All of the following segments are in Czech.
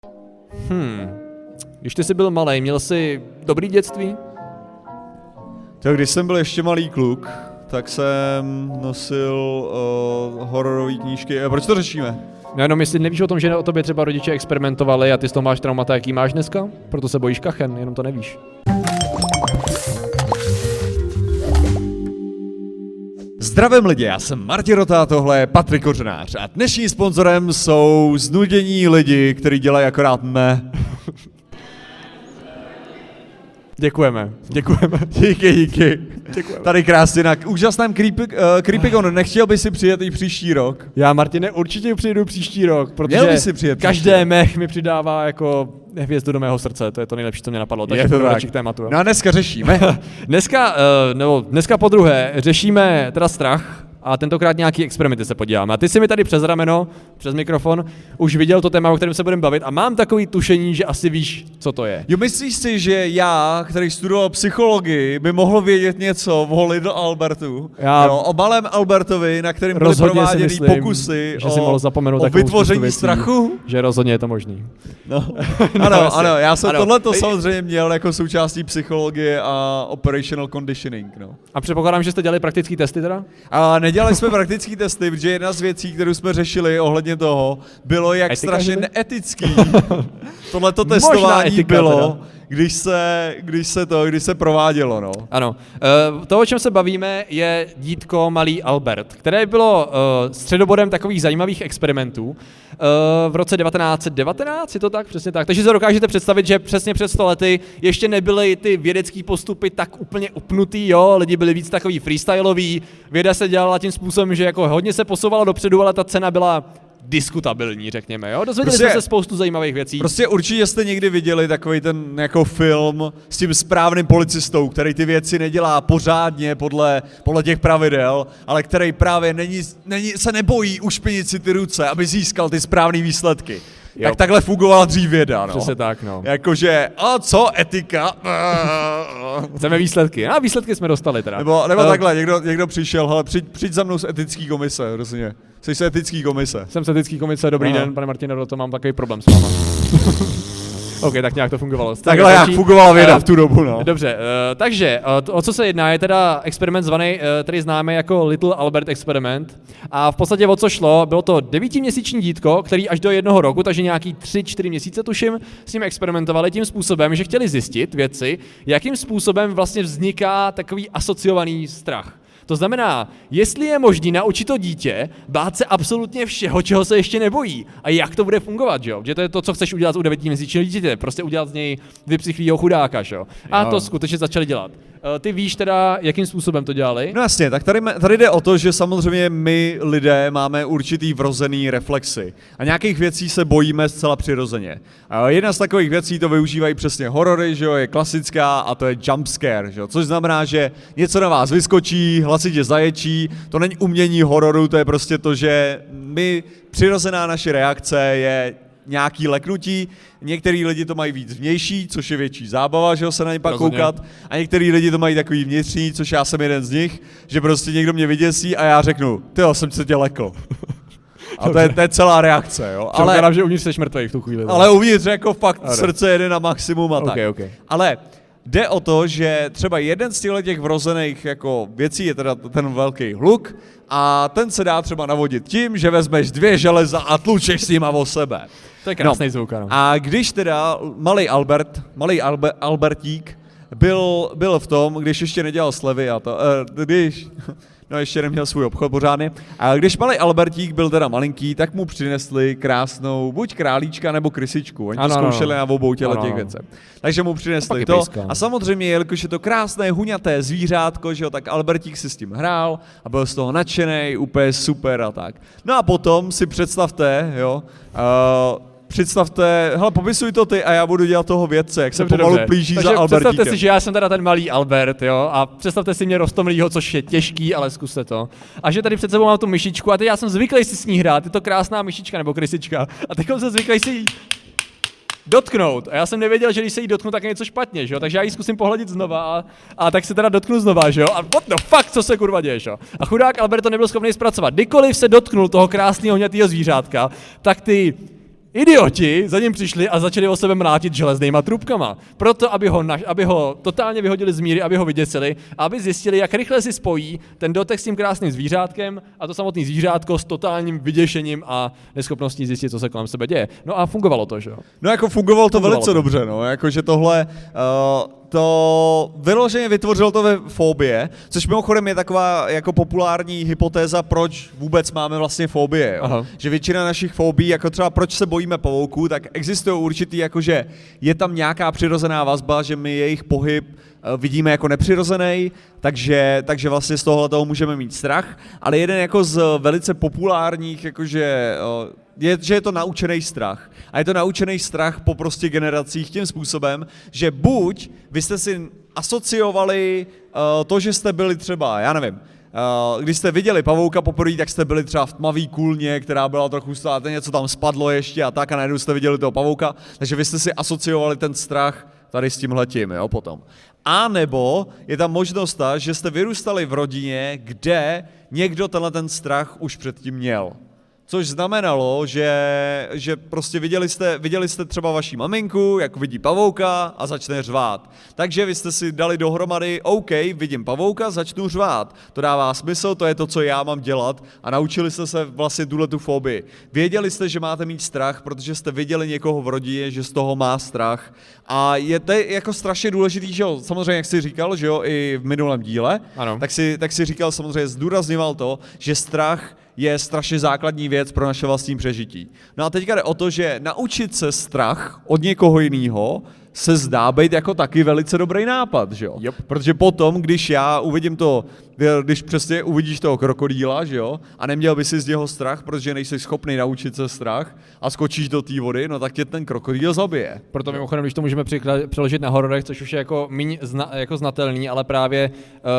Když ty jsi byl malej, měl jsi dobrý dětství? Tak když jsem byl ještě malý kluk, tak jsem nosil hororové knížky. Proč to řešíme? No jenom jestli nevíš o tom, že o tobě třeba rodiče experimentovali a ty z toho máš traumata, jaký máš dneska? Proto se bojíš kachen, jenom to nevíš. Zdravím lidi, já jsem Martin Rota, tohle je Patrik Kořenář a dnešním sponzorem jsou znudění lidi, kteří dělají akorát mé. Děkujeme. Díky. Děkujeme. Tady krásně na úžasném Creepyconu. Nechtěl by si přijet i příští rok? Já, Martine, určitě přijedu příští rok, Měl by protože si přijet každé mech mi přidává jako hvězdu do mého srdce, to je to nejlepší, co mě napadlo. Takže Je to tak. k tématu. Jo. No a dneska řešíme. Dneska po druhé řešíme teda strach a tentokrát nějaký experimenty se podíváme. A ty jsi mi tady přes rameno, přes mikrofon, už viděl to téma, o kterém se budeme bavit a mám takový tušení, že asi víš, co to je. Jo, myslíš si, že já, který studoval psychologii, by mohl vědět něco o Little Albertu? O malém Albertovi, na kterém byly prováděny pokusy že si mohl zapomenout o vytvoření strachu? Že rozhodně je to možný. No. Ano, já jsem tohleto samozřejmě měl jako součástí psychologie a operational conditioning. No. A předpokládám, že jste dělali praktické testy teda? A nedělali jsme praktické testy, protože jedna z věcí, kterou jsme řešili ohledně toho, bylo, jak strašně neetický tohleto testování bylo, když se provádělo, no. Ano. To, o čem se bavíme, je dítko malý Albert, které bylo středobodem takových zajímavých experimentů v roce 1919, je to tak? Přesně tak. Takže se dokážete představit, že přesně před 100 lety ještě nebyly ty vědecké postupy tak úplně upnutý, jo, lidi byli víc takový freestylový, věda se dělala tím způsobem, že jako hodně se posouvala dopředu, ale ta cena byla diskutabilní, řekněme, jo? Dozvěděli jsme se spoustu zajímavých věcí. Prostě určitě jste někdy viděli takový ten jako film s tím správným policistou, který ty věci nedělá pořádně podle těch pravidel, ale který právě se nebojí ušpinit si ty ruce, aby získal ty správné výsledky. Jo. Tak takhle fungovala dřív věda, no. Přesně tak, no. Jakože, a co etika? Chceme výsledky. A výsledky jsme dostali teda. Nebo takhle, někdo přišel, hele, přijď za mnou z etický komise, rozumně. Jsi z etický komise. Jsem z etický komise, dobrý den, pane Martine, to mám takový problém s váma. OK, tak nějak to fungovalo. Takhle jak fungovala věda v tu dobu, no. Dobře, takže o co se jedná, je teda experiment zvaný, který známe jako Little Albert Experiment. A v podstatě o co šlo, bylo to 9měsíční dítko, který až do 1 roku, takže nějaký 3-4 měsíce tuším, s ním experimentovali tím způsobem, že chtěli zjistit věci, jakým způsobem vlastně vzniká takový asociovaný strach. To znamená, jestli je možné naučit to dítě bát se absolutně všeho, čeho se ještě nebojí. A jak to bude fungovat, jo? Že to je to, co chceš udělat u 9měsíčního dítěte. Prostě udělat z něj vypsychlýho chudáka, jo? A to skutečně začali dělat. Ty víš teda, jakým způsobem to dělali? No jasně, tak tady jde o to, že samozřejmě my lidé máme určitý vrozený reflexy. A nějakých věcí se bojíme zcela přirozeně. A jedna z takových věcí to využívají přesně horory, že jo, je klasická a to je jump scare, že jo? Což znamená, že něco na vás vyskočí, hlasitě zaječí, to není umění hororu, to je prostě to, že přirozená naše reakce je nějaký leknutí, některý lidi to mají víc vnější, což je větší zábava, že ho se na ně pak koukat, a některý lidi to mají takový vnitřní, což já jsem jeden z nich, že prostě někdo mě vyděsí a já řeknu, tyjo, jsem se tě lekl. A to je celá reakce, jo. Ale že uvnitř jsi mrtvej v tu chvíli. Ale uvnitř jako fakt srdce jede na maximum a tak. Okay. Ale jde o to, že třeba jeden z těch vrozených jako věcí je teda ten velký hluk a ten se dá třeba navodit tím, že vezmeš 2 železa a tlučeš s nima o sebe. To je krásný zvuk, ano. A když teda malý Albertík byl v tom, když ještě nedělal slevy a to, ještě neměl svůj obchod pořádně. A když malý Albertík byl teda malinký, tak mu přinesli krásnou buď králíčka nebo krysičku. Oni to zkoušeli na obou těch věcech. Takže mu přinesli to. A samozřejmě, jelikož je to krásné huňaté zvířátko, že jo, tak Albertík si s tím hrál a byl z toho nadšenej, úplně super a tak. No a potom si představte, jo, hele, popisuj to ty a já budu dělat toho vědce, jak se pomalu plíží za Albertíkem. Představte si, že já jsem teda ten malý Albert, jo, a představte si mě roztomlýho, což je těžký, ale zkuste to. A že tady před sebou mám tu myšičku a teď já jsem zvyklý si s ní hrát, je to krásná myšička nebo krysička. A teď jsem zvyklý si jí dotknout. A já jsem nevěděl, že když se jí dotknu, tak je něco špatně, že jo? Takže já ji zkusím pohladit znova a tak se teda dotknu znova, že jo? A what the fuck, co se kurva děje, že jo? A chudák Albert to nebyl schopný zpracovat. Kdykoliv se dotknul toho krásného hňatého zvířátka, tak ty idioti za ním přišli a začali o sebe mlátit železnýma trubkama. Proto, aby ho totálně vyhodili z míry, aby ho vyděsili, a aby zjistili, jak rychle si spojí ten dotek s tím krásným zvířátkem a to samotné zvířátko s totálním vyděšením a neschopností zjistit, co se kolem sebe děje. No a fungovalo to, že jo? No jako fungovalo to velice dobře, no, jakože tohle, to vyloženě vytvořilo to ve fobie, což mimochodem je taková jako populární hypotéza, proč vůbec máme vlastně fobie, jo? Aha. Že většina našich fobií, jako třeba proč se bojíme pavouků, tak existuje určitý, jakože je tam nějaká přirozená vazba, že my jejich pohyb vidíme jako nepřirozený, takže vlastně z tohoto můžeme mít strach, ale jeden jako z velice populárních, jakože že je to naučený strach. A je to naučený strach po prostě generacích tím způsobem, že buď vy jste si asociovali to, že jste byli třeba, já nevím, když jste viděli pavouka poprvé, tak jste byli třeba v tmavý kůlně, která byla trochu stále, něco tam spadlo ještě a tak, a najednou jste viděli toho pavouka, takže vy jste si asociovali ten strach tady s tímhletím, jo, potom. A nebo je tam možnost ta, že jste vyrůstali v rodině, kde někdo tenhle ten strach už předtím měl. Což znamenalo, že prostě viděli jste třeba vaši maminku, jak vidí pavouka a začne řvát. Takže vy jste si dali dohromady, OK, vidím pavouka, začnu řvát. To dává smysl, to je to, co já mám dělat, a naučili jste se vlastně tu fobii. Věděli jste, že máte mít strach, protože jste viděli někoho v rodině, že z toho má strach. A je to jako strašně důležitý, že jo, samozřejmě, jak jsi říkal, že jo, i v minulém díle, ano. tak si říkal, samozřejmě zdůrazňoval to, že strach je strašně základní věc pro naše vlastní přežití. No a teďka jde o to, že naučit se strach od někoho jiného se zdá být jako taky velice dobrý nápad, že jo? Yep. Protože potom, když já uvidím to, když přesně uvidíš toho krokodýla, že jo, a neměl by si z něho strach, protože nejsi schopný naučit se strach a skočíš do té vody, no tak tě ten krokodýl zabije. Proto mimochodem, když to můžeme přeložit na hororech, což už je jako míň jako znatelný, ale právě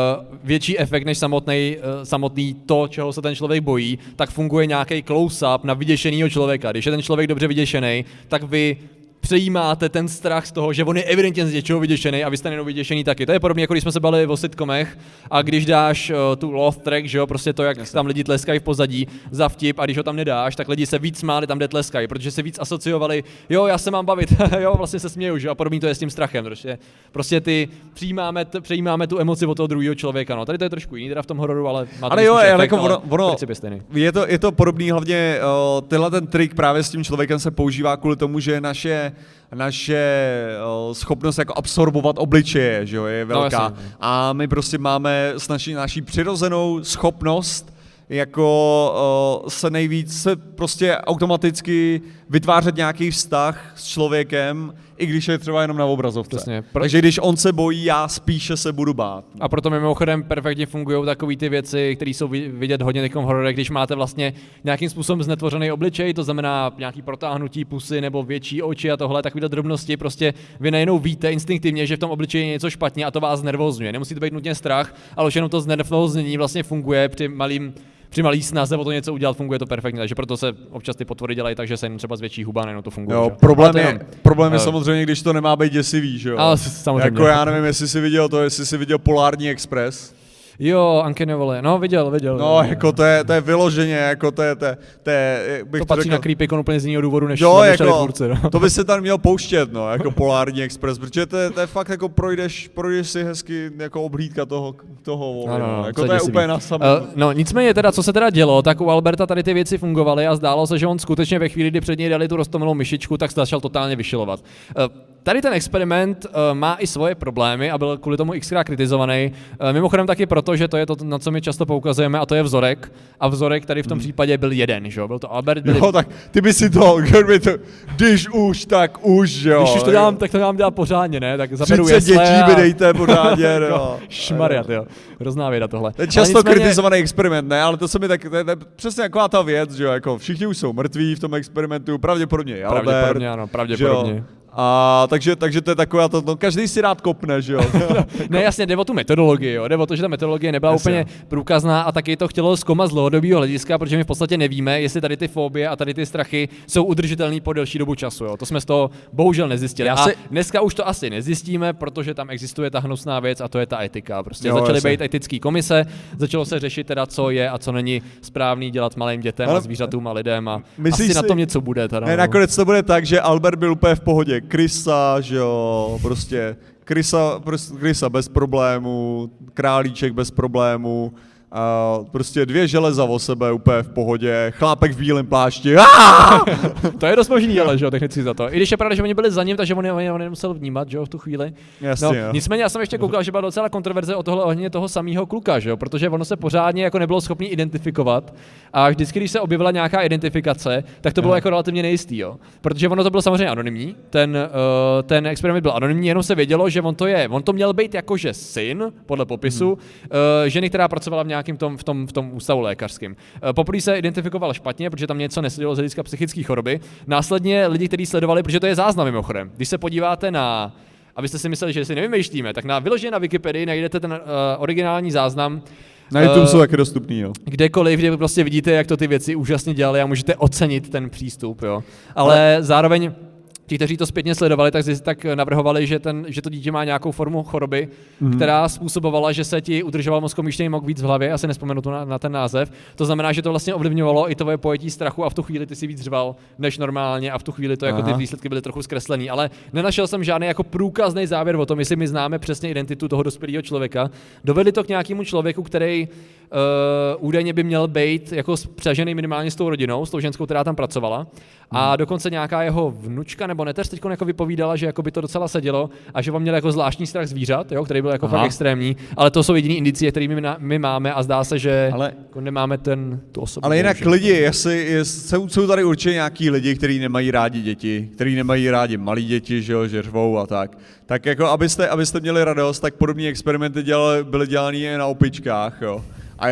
větší efekt než samotný to, čeho se ten člověk bojí, tak funguje nějaký close-up na vyděšenýho člověka. Když je ten člověk dobře vyděšený, tak vy přejímáte ten strach z toho, že on je evidentně z něčeho vyděšený a vy jste jenom vyděšený taky. To je podobně, jako když jsme se bavili o sitcomech a když dáš tu laugh track, že jo, prostě to, jak tam lidi tleskají v pozadí za vtip, a když ho tam nedáš, tak lidi se víc smáli tam, kde tleskají, protože se víc asociovali, jo, já se mám bavit, jo, vlastně se směju, že jo, a podobně to je s tím strachem, prostě ty přejímáme tu emoci od toho druhého člověka, no. Tady to je trošku jiný teda v tom hororu, ale má to jo, efekt, jako ono je stejný. Je to podobný, hlavně tenhle ten trik právě s tím člověkem se používá kvůli tomu, že naše schopnost jako absorbovat obličeje, že jo, je velká. No, a my prostě máme s naší přirozenou schopnost jako se prostě automaticky vytvářet nějaký vztah s člověkem, i když je třeba jenom na obrazovce. Přesně. Takže když on se bojí, já spíše se budu bát. A proto mimochodem perfektně fungují takové ty věci, které jsou vidět hodně v hororech, když máte vlastně nějakým způsobem znetvořený obličej, to znamená nějaký protáhnutí pusy nebo větší oči a tohle, takovéhle drobnosti, prostě vy nejenom víte instinktivně, že v tom obličeji je něco špatně a to vás znervózňuje. Nemusí to být nutně strach, ale už jenom to znervóznění vlastně funguje při malý snaze o to něco udělat, funguje to perfektně, takže proto se občas ty potvory dělají, takže se jen třeba zvětší huba, nejenom to funguje. Jo, problém je samozřejmě, když to nemá být děsivý, že jo? Ale samozřejmě. Jako já nevím, jestli jsi viděl Polární Express. Jo, Uncanny Valley, no viděl. No, jako to je vyloženě, jako to je to patří na Creepycon úplně z jiného důvodu, než jako, tvůrci, no. To by se tam měl pouštět, no, jako Polární Express, protože to je fakt jako projdeš si hezky jako obhlídka toho no, jako to je úplně na samé. No, nicméně teda, co se teda dělo, tak u Alberta tady ty věci fungovaly a zdálo se, že on skutečně ve chvíli, kdy před něj dali tu roztomilou myšičku, tak začal totálně vyšilovat. Tady ten experiment má i svoje problémy a byl kvůli tomu xkrát kritizovaný. Mimochodem taky proto, že to je to, na co my často poukazujeme, a to je vzorek. A vzorek tady v tom případě byl jeden, že jo? Byl to Albert. Jo, tak ty by si to, když už, tak už, jo. Když už to dám, tak to dám dělat pořádně, ne? Tak zaberu 30 dětí by dejte pořádně, no. Šmarjat, jo. Hrozná věda tohle. To je často kritizovaný experiment, ne? Ale to se mi tak, to je přesně taková ta věc, že jo, jako všichni už jsou mrtví v tom experimentu, pravděpodobně Albert. Pravděpodobně, ano, pravděpodobně. A takže to je taková to, no, každý si rád kopne, že jo. Ne, jasně, jde o tu metodologii, jo. Jde o to, že ta metodologie nebyla úplně průkazná a taky to chtělo zkoumat z dlouhodobého hlediska, protože my v podstatě nevíme, jestli tady ty fobie a tady ty strachy jsou udržitelné po delší dobu času, jo. To jsme z toho bohužel nezjistili. A dneska už to asi nezjistíme, protože tam existuje ta hnusná věc a to je ta etika. Prostě začaly být etické komise, začalo se řešit teda, co je a co není správný dělat malým dětem a zvířatům a lidem a asi na tom něco bude teda. Ne, nakonec to bude tak, že Albert byl úplně v pohodě. Krysa, že jo, prostě krysa bez problémů, králíček bez problémů, a prostě 2 železa o sebe úplně v pohodě, chlápek v bílém plášti. To je dost možný, ale že jo, technicky za to. I když je pravda, že oni byli za ním, takže on nemusel vnímat, že jo, v tu chvíli. Jasně, no, jo. Nicméně já jsem ještě koukal, že byla docela kontroverze o tohle ohledně toho samého kluka, že jo, protože ono se pořádně jako nebylo schopný identifikovat a vždycky, když se objevila nějaká identifikace, tak to bylo jako relativně nejistý, jo. Protože ono to bylo samozřejmě anonymní, ten experiment byl anonymní, jenom se vědělo, že on to měl být jakože syn, podle popisu, ženy, která pracovala v nějakým v tom ústavu lékařským. Poprvé se identifikoval špatně, protože tam něco nesedělo z hlediska psychické choroby. Následně lidi, kteří sledovali, protože to je záznam mimochodem. Když se podíváte na, abyste si mysleli, že si nevymýšlíme, tak vyloženě na Wikipedii najdete ten originální záznam. Na YouTube jsou taky dostupný, jo. Kdekoliv, kde prostě vidíte, jak to ty věci úžasně dělali a můžete ocenit ten přístup, jo. Ale zároveň ti, kteří to zpětně sledovali, tak navrhovali, že to dítě má nějakou formu choroby, která způsobovala, že se ti udržoval mozkomíštěný mok víc v hlavě, asi nespomenu to na ten název. To znamená, že to vlastně ovlivňovalo i tvoje pojetí strachu a v tu chvíli ty si víc řval než normálně a v tu chvíli to jako ty výsledky byly trochu zkreslený. Ale nenašel jsem žádný jako průkazný závěr o tom, jestli my známe přesně identitu toho dospělého člověka. Dovedli to k nějakému člověku, který údajně by měl být jako spřažený minimálně s tou rodinou, s tou ženskou, která tam pracovala. A dokonce nějaká jeho vnučka nebo neteř teď jako vypovídala, že jako by to docela sedělo a že on měl jako zvláštní strach zvířat, jo, který byl jako fakt extrémní, ale to jsou jediný indicie, které my máme a zdá se, že jako nemáme tu osobu. Ale jinak lidi, jsou tady určitě nějaký lidi, kteří nemají rádi děti, kteří nemají rádi malí děti, že řvou a tak. Tak jako abyste měli radost, tak podobné experimenty byly dělané i na opičkách, jo.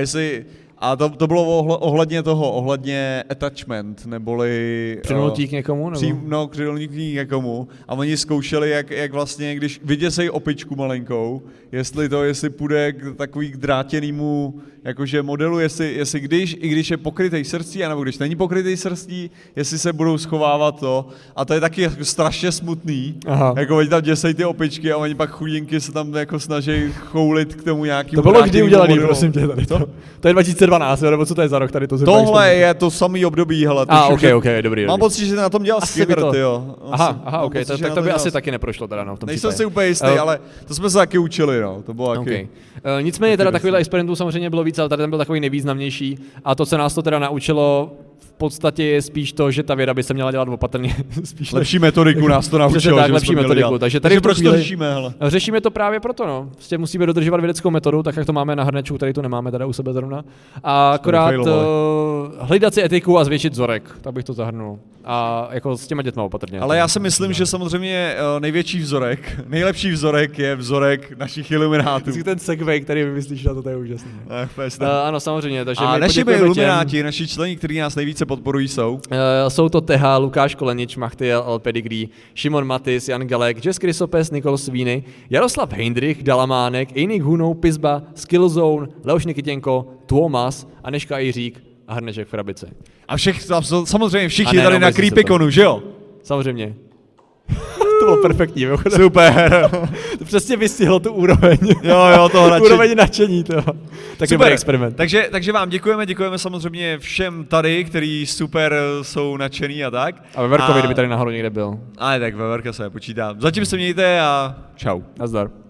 A to bylo ohledně attachment, neboli přinutí k někomu? Přinutí k někomu. A oni zkoušeli, jak vlastně, když vyděsejí opičku malinkou, jestli půjde k takový k drátěnému jakože modelu, jestli když je pokrytej srstí, anebo když není pokrytej srstí, jestli se budou schovávat to. A to je taky jako strašně smutný. Aha. Jako oni tam děsejí ty opičky a oni pak chudinky se tam jako snaží choulit k tomu nějakému. To bylo kdy udělaný, modelu. Prosím tě, tady to. To je 2012, nebo co to je za rok tady to? Tohle je to samý období, hele. Okay, dobrý. Mám pocit, že na tom dělal Skinner, jo. Aha, okay. Tak to by asi taky neprošlo teda, no, v tom Nejsem si úplně jistý, ale to jsme se taky učili, no. To bylo taky. Nicméně teda takovýhle experimentů samozřejmě bylo víc, ale tady ten byl takový nejvýznamnější a to, co nás to teda naučilo, v podstatě je spíš to, že ta věda by se měla dělat opatrně. Spíš lepší metodiku nás to naučilo. Tak, lepší metodiku. Takže tady proč to řešíme, hele? Řešíme to právě proto, no. Prostě musíme dodržovat vědeckou metodu, tak jak to máme na Hrnečku, tady to nemáme teda u sebe zrovna. A akorát hledat si etiku a zvětšit vzorek, tak bych to zahrnul. A jako s těma dětma opatrně. Ale já si myslím, že samozřejmě největší vzorek, nejlepší vzorek je vzorek našich iluminátů. Ten segway, který vymyslíš na to je úžasný. Ano, samozřejmě. Takže a naši ilumináti, naši členi, kteří nás nejvíce podporují, jsou to Teha, Lukáš Kolenič, Machtiel, L. Pedigree, Šimon Matis, Jan Galek, Jess Krysopes, Nikol Svíny, Jaroslav Heindrich, Dalamánek, Einik Hunou, Pizba, Skillzone, Leoš Nikitěnko, Tuomas, Aneška Jiřík a Hrneček v krabici. A samozřejmě všichni tady na Creepyconu, že jo? Samozřejmě. To bylo perfektní, mimochodem. Super. To přesně vystihlo tu úroveň. Jo, toho nadšení. Úroveň nadšení, to. Tak super experiment. Takže vám děkujeme samozřejmě všem tady, kteří super jsou nadšený a tak. A Veverkovi, kdyby tady nahoru někde byl. Ale tak Veverka se nepočítá. Zatím se mějte a čau. Nazdar.